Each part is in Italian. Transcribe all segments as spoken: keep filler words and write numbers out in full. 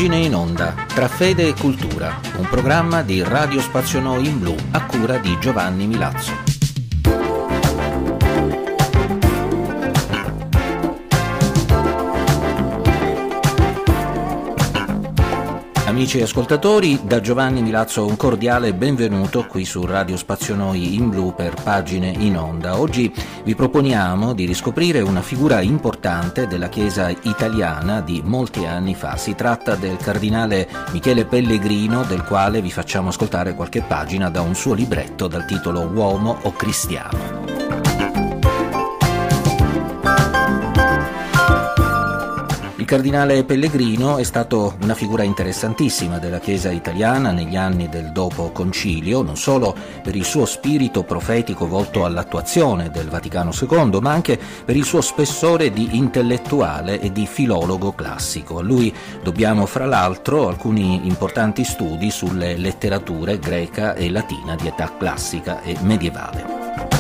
Pagine in onda, tra fede e cultura, un programma di Radio Spazio Noi in Blu a cura di Giovanni Milazzo. Amici ascoltatori, da Giovanni Milazzo un cordiale benvenuto qui su Radio Spazio Noi in Blu per Pagine in onda. Oggi vi proponiamo di riscoprire una figura importante della Chiesa italiana di molti anni fa. Si tratta del cardinale Michele Pellegrino, del quale vi facciamo ascoltare qualche pagina da un suo libretto dal titolo Uomo o Cristiano. Il cardinale Pellegrino è stato una figura interessantissima della Chiesa italiana negli anni del dopo concilio, non solo per il suo spirito profetico volto all'attuazione del Vaticano secondo, ma anche per il suo spessore di intellettuale e di filologo classico. A lui dobbiamo fra l'altro alcuni importanti studi sulle letterature greca e latina di età classica e medievale.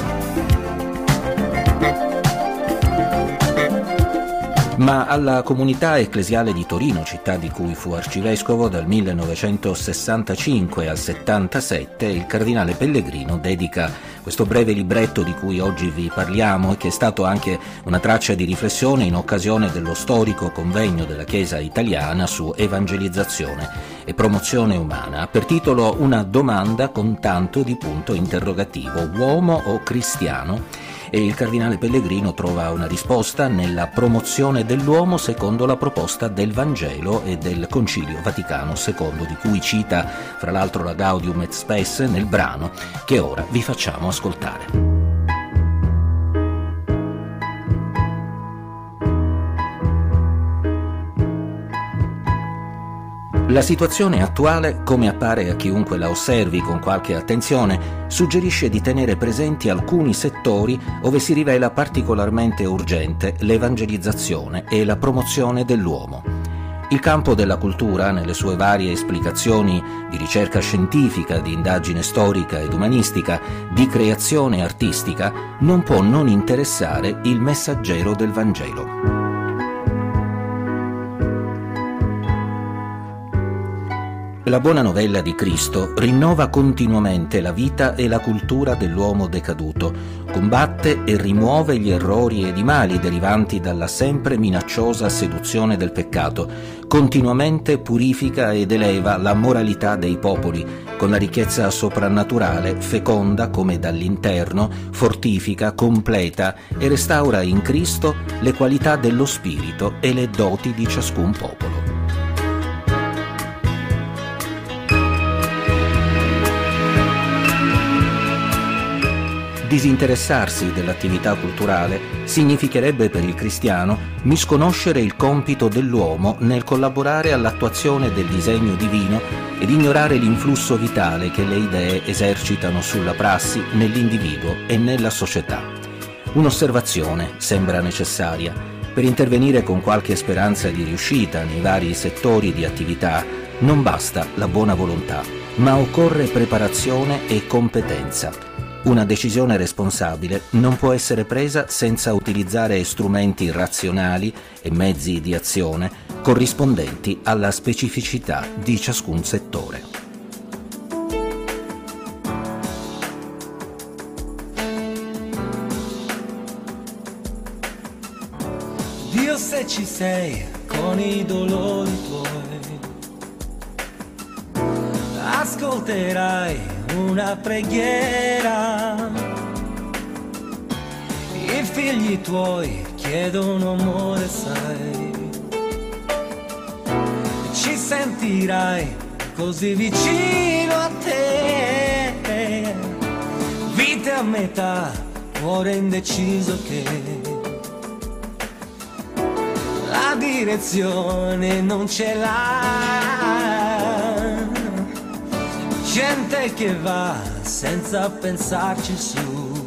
Ma alla comunità ecclesiale di Torino, città di cui fu arcivescovo dal millenovecentosessantacinque al settantasette, il cardinale Pellegrino dedica questo breve libretto di cui oggi vi parliamo e che è stato anche una traccia di riflessione in occasione dello storico convegno della Chiesa italiana su evangelizzazione e promozione umana. Ha per titolo Una domanda con tanto di punto interrogativo, uomo o cristiano? E il cardinale Pellegrino trova una risposta nella promozione dell'uomo secondo la proposta del Vangelo e del Concilio Vaticano secondo, di cui cita fra l'altro la Gaudium et Spes nel brano che ora vi facciamo ascoltare. La situazione attuale, come appare a chiunque la osservi con qualche attenzione, suggerisce di tenere presenti alcuni settori ove si rivela particolarmente urgente l'evangelizzazione e la promozione dell'uomo. Il campo della cultura, nelle sue varie esplicazioni di ricerca scientifica, di indagine storica ed umanistica, di creazione artistica, non può non interessare il messaggero del Vangelo. La buona novella di Cristo rinnova continuamente la vita e la cultura dell'uomo decaduto, combatte e rimuove gli errori ed i mali derivanti dalla sempre minacciosa seduzione del peccato, continuamente purifica ed eleva la moralità dei popoli, con la ricchezza soprannaturale feconda come dall'interno, fortifica, completa e restaura in Cristo le qualità dello spirito e le doti di ciascun popolo. Disinteressarsi dell'attività culturale significherebbe per il cristiano misconoscere il compito dell'uomo nel collaborare all'attuazione del disegno divino ed ignorare l'influsso vitale che le idee esercitano sulla prassi, nell'individuo e nella società. Un'osservazione sembra necessaria. Per intervenire con qualche speranza di riuscita nei vari settori di attività non basta la buona volontà, ma occorre preparazione e competenza. Una decisione responsabile non può essere presa senza utilizzare strumenti razionali e mezzi di azione corrispondenti alla specificità di ciascun settore. Dio, se ci sei con i dolori tuoi, ascolterai una preghiera. I figli tuoi chiedono amore, sai, ci sentirai così vicino a te. Vita a metà, cuore indeciso che la direzione non ce l'ha. Gente che va senza pensarci su,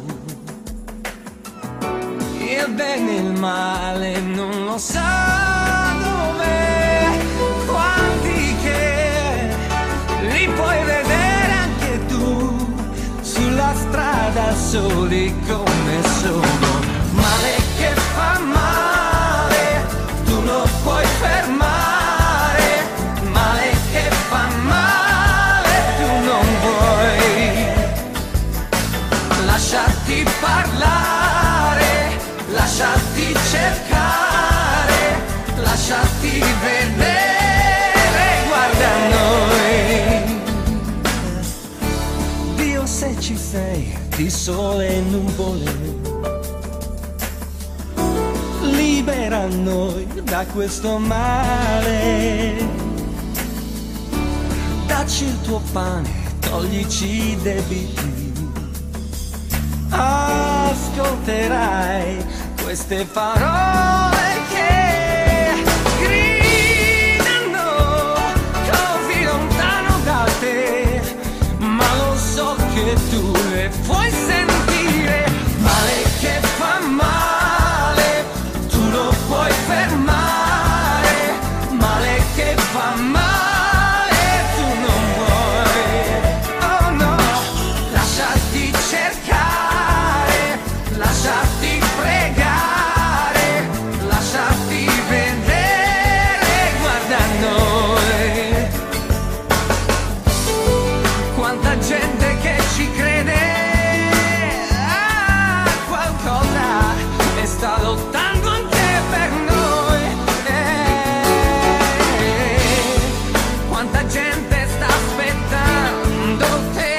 il bene e il male non lo sa dov'è. Quanti che li puoi vedere anche tu sulla strada soli come sono. Male che fa male, tu lo puoi fermare, se ci sei, di sole e nuvole. Libera noi da questo male. Dacci il tuo pane, toglici i debiti. Ascolterai queste parole che gridano così lontano da te, ma lo so che tu le puoi sentire. Male che fa male, tu lo puoi fermare. Male che fa male, tu non vuoi. Oh no, lasciati cercare, lasciati pregare, lasciati vedere, guarda noi. Quanta gente che ci crede a qualcosa e sta lottando anche per noi. Eh, quanta gente sta aspettando te.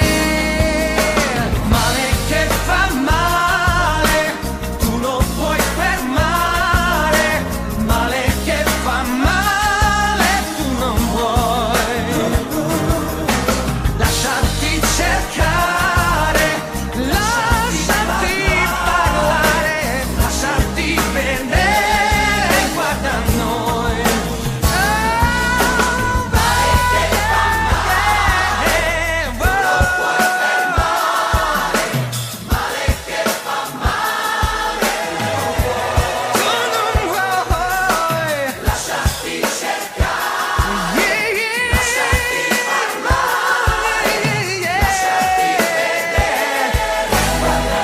Male che fa male, tu lo puoi fermare. Male che fa male, tu non vuoi. Lasciati cercare, lasciati parlare, lasciati vedere, guarda noi. Oh, male che fa male, tu lo puoi fermare. Male che fa male, tu non vuoi. Lasciati cercare, lasciati parlare, lasciati vedere, guarda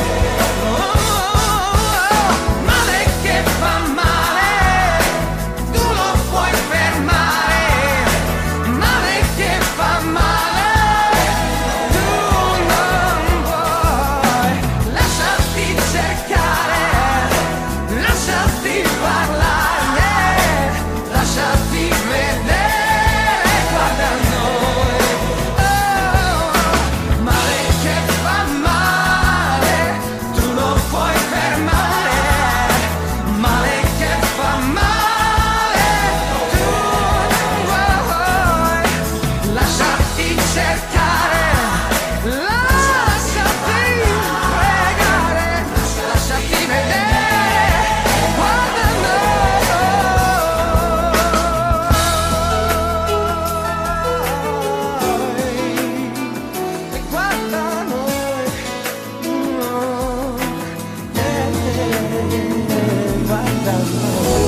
noi. Male che fa male, tu lo puoi fermare. Male che fa male, tu non vuoi. Lasciati cercare, lasciati parlare, lasciati vedere, guarda noi. Oh, male che fa male, tu lo puoi fermare. Male che fa male, tu non vuoi. Lasciati cercare, lasciati pregare, lasciati vedere, guarda noi. E guarda noi. Oh, eh, guarda noi.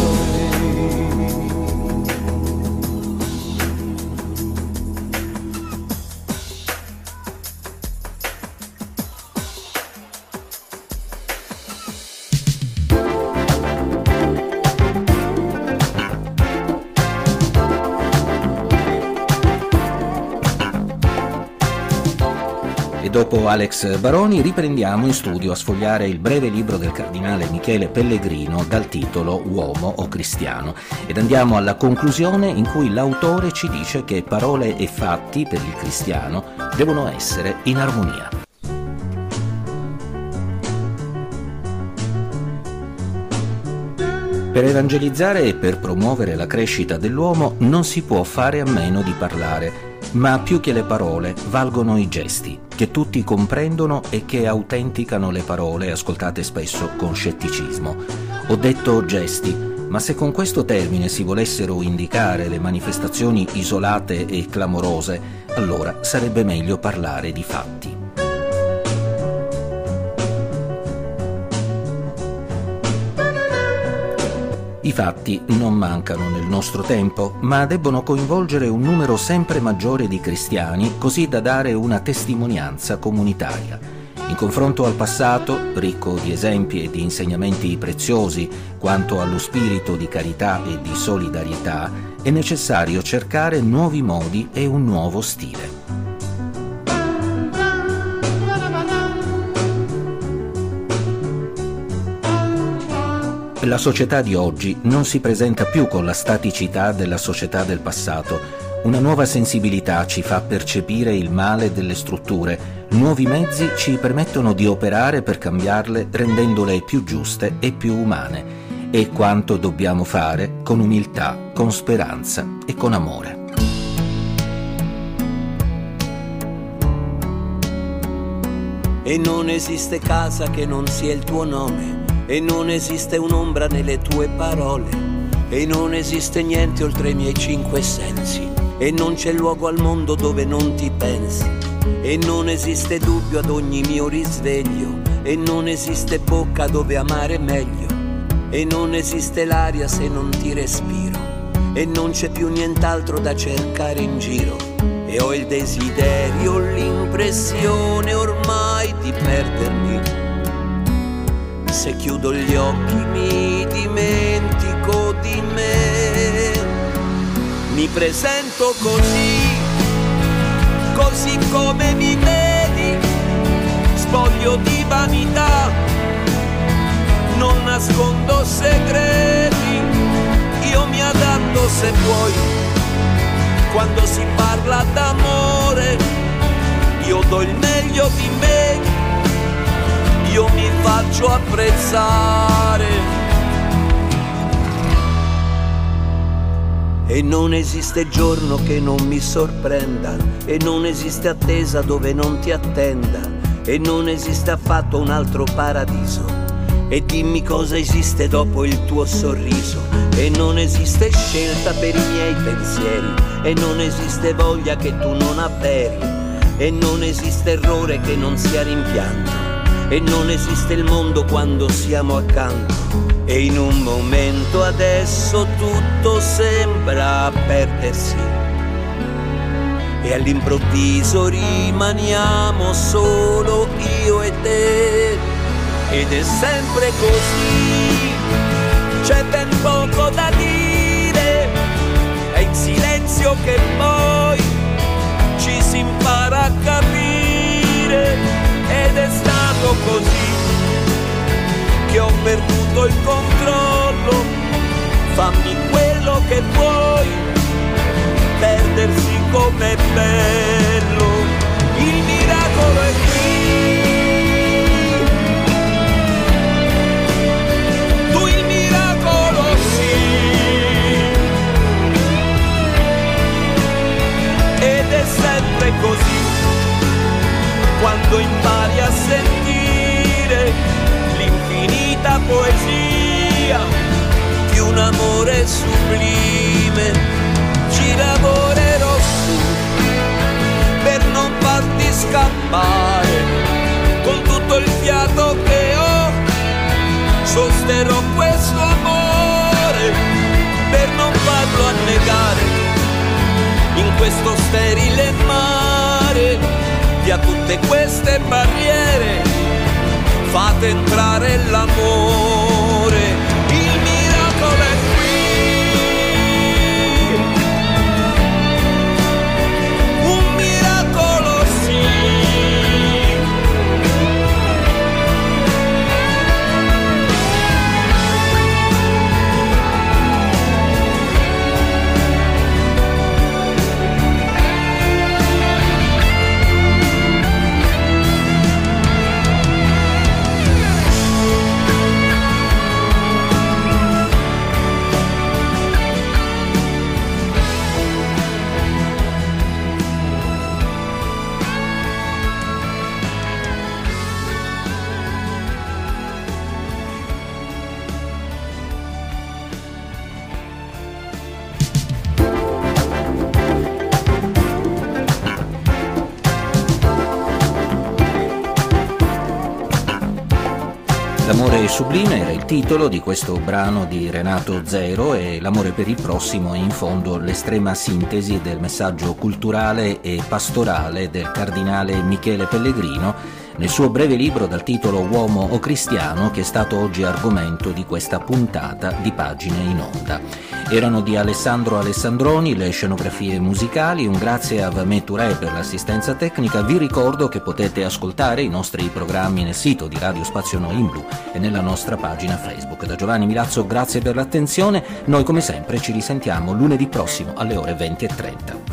E dopo Alex Baroni riprendiamo in studio a sfogliare il breve libro del cardinale Michele Pellegrino dal titolo Uomo o Cristiano, ed andiamo alla conclusione in cui l'autore ci dice che parole e fatti per il cristiano devono essere in armonia. Per evangelizzare e per promuovere la crescita dell'uomo non si può fare a meno di parlare, ma più che le parole valgono i gesti, che tutti comprendono e che autenticano le parole ascoltate spesso con scetticismo. Ho detto gesti, ma se con questo termine si volessero indicare le manifestazioni isolate e clamorose, allora sarebbe meglio parlare di fatti. I fatti non mancano nel nostro tempo, ma debbono coinvolgere un numero sempre maggiore di cristiani, così da dare una testimonianza comunitaria. In confronto al passato, ricco di esempi e di insegnamenti preziosi quanto allo spirito di carità e di solidarietà, è necessario cercare nuovi modi e un nuovo stile. La società di oggi non si presenta più con la staticità della società del passato. Una nuova sensibilità ci fa percepire il male delle strutture, nuovi mezzi ci permettono di operare per cambiarle rendendole più giuste e più umane. È quanto dobbiamo fare con umiltà, con speranza e con amore. E non esiste casa che non sia il tuo nome, e non esiste un'ombra nelle tue parole, e non esiste niente oltre i miei cinque sensi, e non c'è luogo al mondo dove non ti pensi, e non esiste dubbio ad ogni mio risveglio, e non esiste bocca dove amare meglio, e non esiste l'aria se non ti respiro, e non c'è più nient'altro da cercare in giro. E ho il desiderio, l'impressione ormai di perdermi. Se chiudo gli occhi mi dimentico di me. Mi presento così, così come mi vedi, spoglio di vanità, non nascondo segreti, io mi adatto se vuoi. Quando si parla d'amore, io do il meglio di me, io mi faccio apprezzare. E non esiste giorno che non mi sorprenda, e non esiste attesa dove non ti attenda, e non esiste affatto un altro paradiso. E dimmi cosa esiste dopo il tuo sorriso. E non esiste scelta per i miei pensieri, e non esiste voglia che tu non avveri, e non esiste errore che non sia rimpianto, e non esiste il mondo quando siamo accanto. E in un momento adesso tutto sembra perdersi, e all'improvviso rimaniamo solo io e te. Ed è sempre così, c'è ben poco da dire, è in silenzio che poi ci si impara a capire. Ed è stato così che ho perduto il controllo. Fammi quello che vuoi, perdersi com'è bello. Il miracolo è qui, sempre così, quando impari a sentire l'infinita poesia di un amore sublime. Ci lavorerò su per non farti scappare, con tutto il fiato che ho sosterrò questo amore per non farlo annegare in questo sterile mare. Via tutte queste barriere, fate entrare l'amore. Il miracolo è qui, un miracolo sì. L'amore sublime era il titolo di questo brano di Renato Zero, e l'amore per il prossimo è in fondo l'estrema sintesi del messaggio culturale e pastorale del cardinale Michele Pellegrino nel suo breve libro dal titolo Uomo o Cristiano, che è stato oggi argomento di questa puntata di Pagine in Onda. Erano di Alessandro Alessandroni le scenografie musicali, un grazie a Vamet Touré per l'assistenza tecnica. Vi ricordo che potete ascoltare i nostri programmi nel sito di Radio Spazio Noi in Blu e nella nostra pagina Facebook. Da Giovanni Milazzo grazie per l'attenzione, noi come sempre ci risentiamo lunedì prossimo alle ore venti e trenta.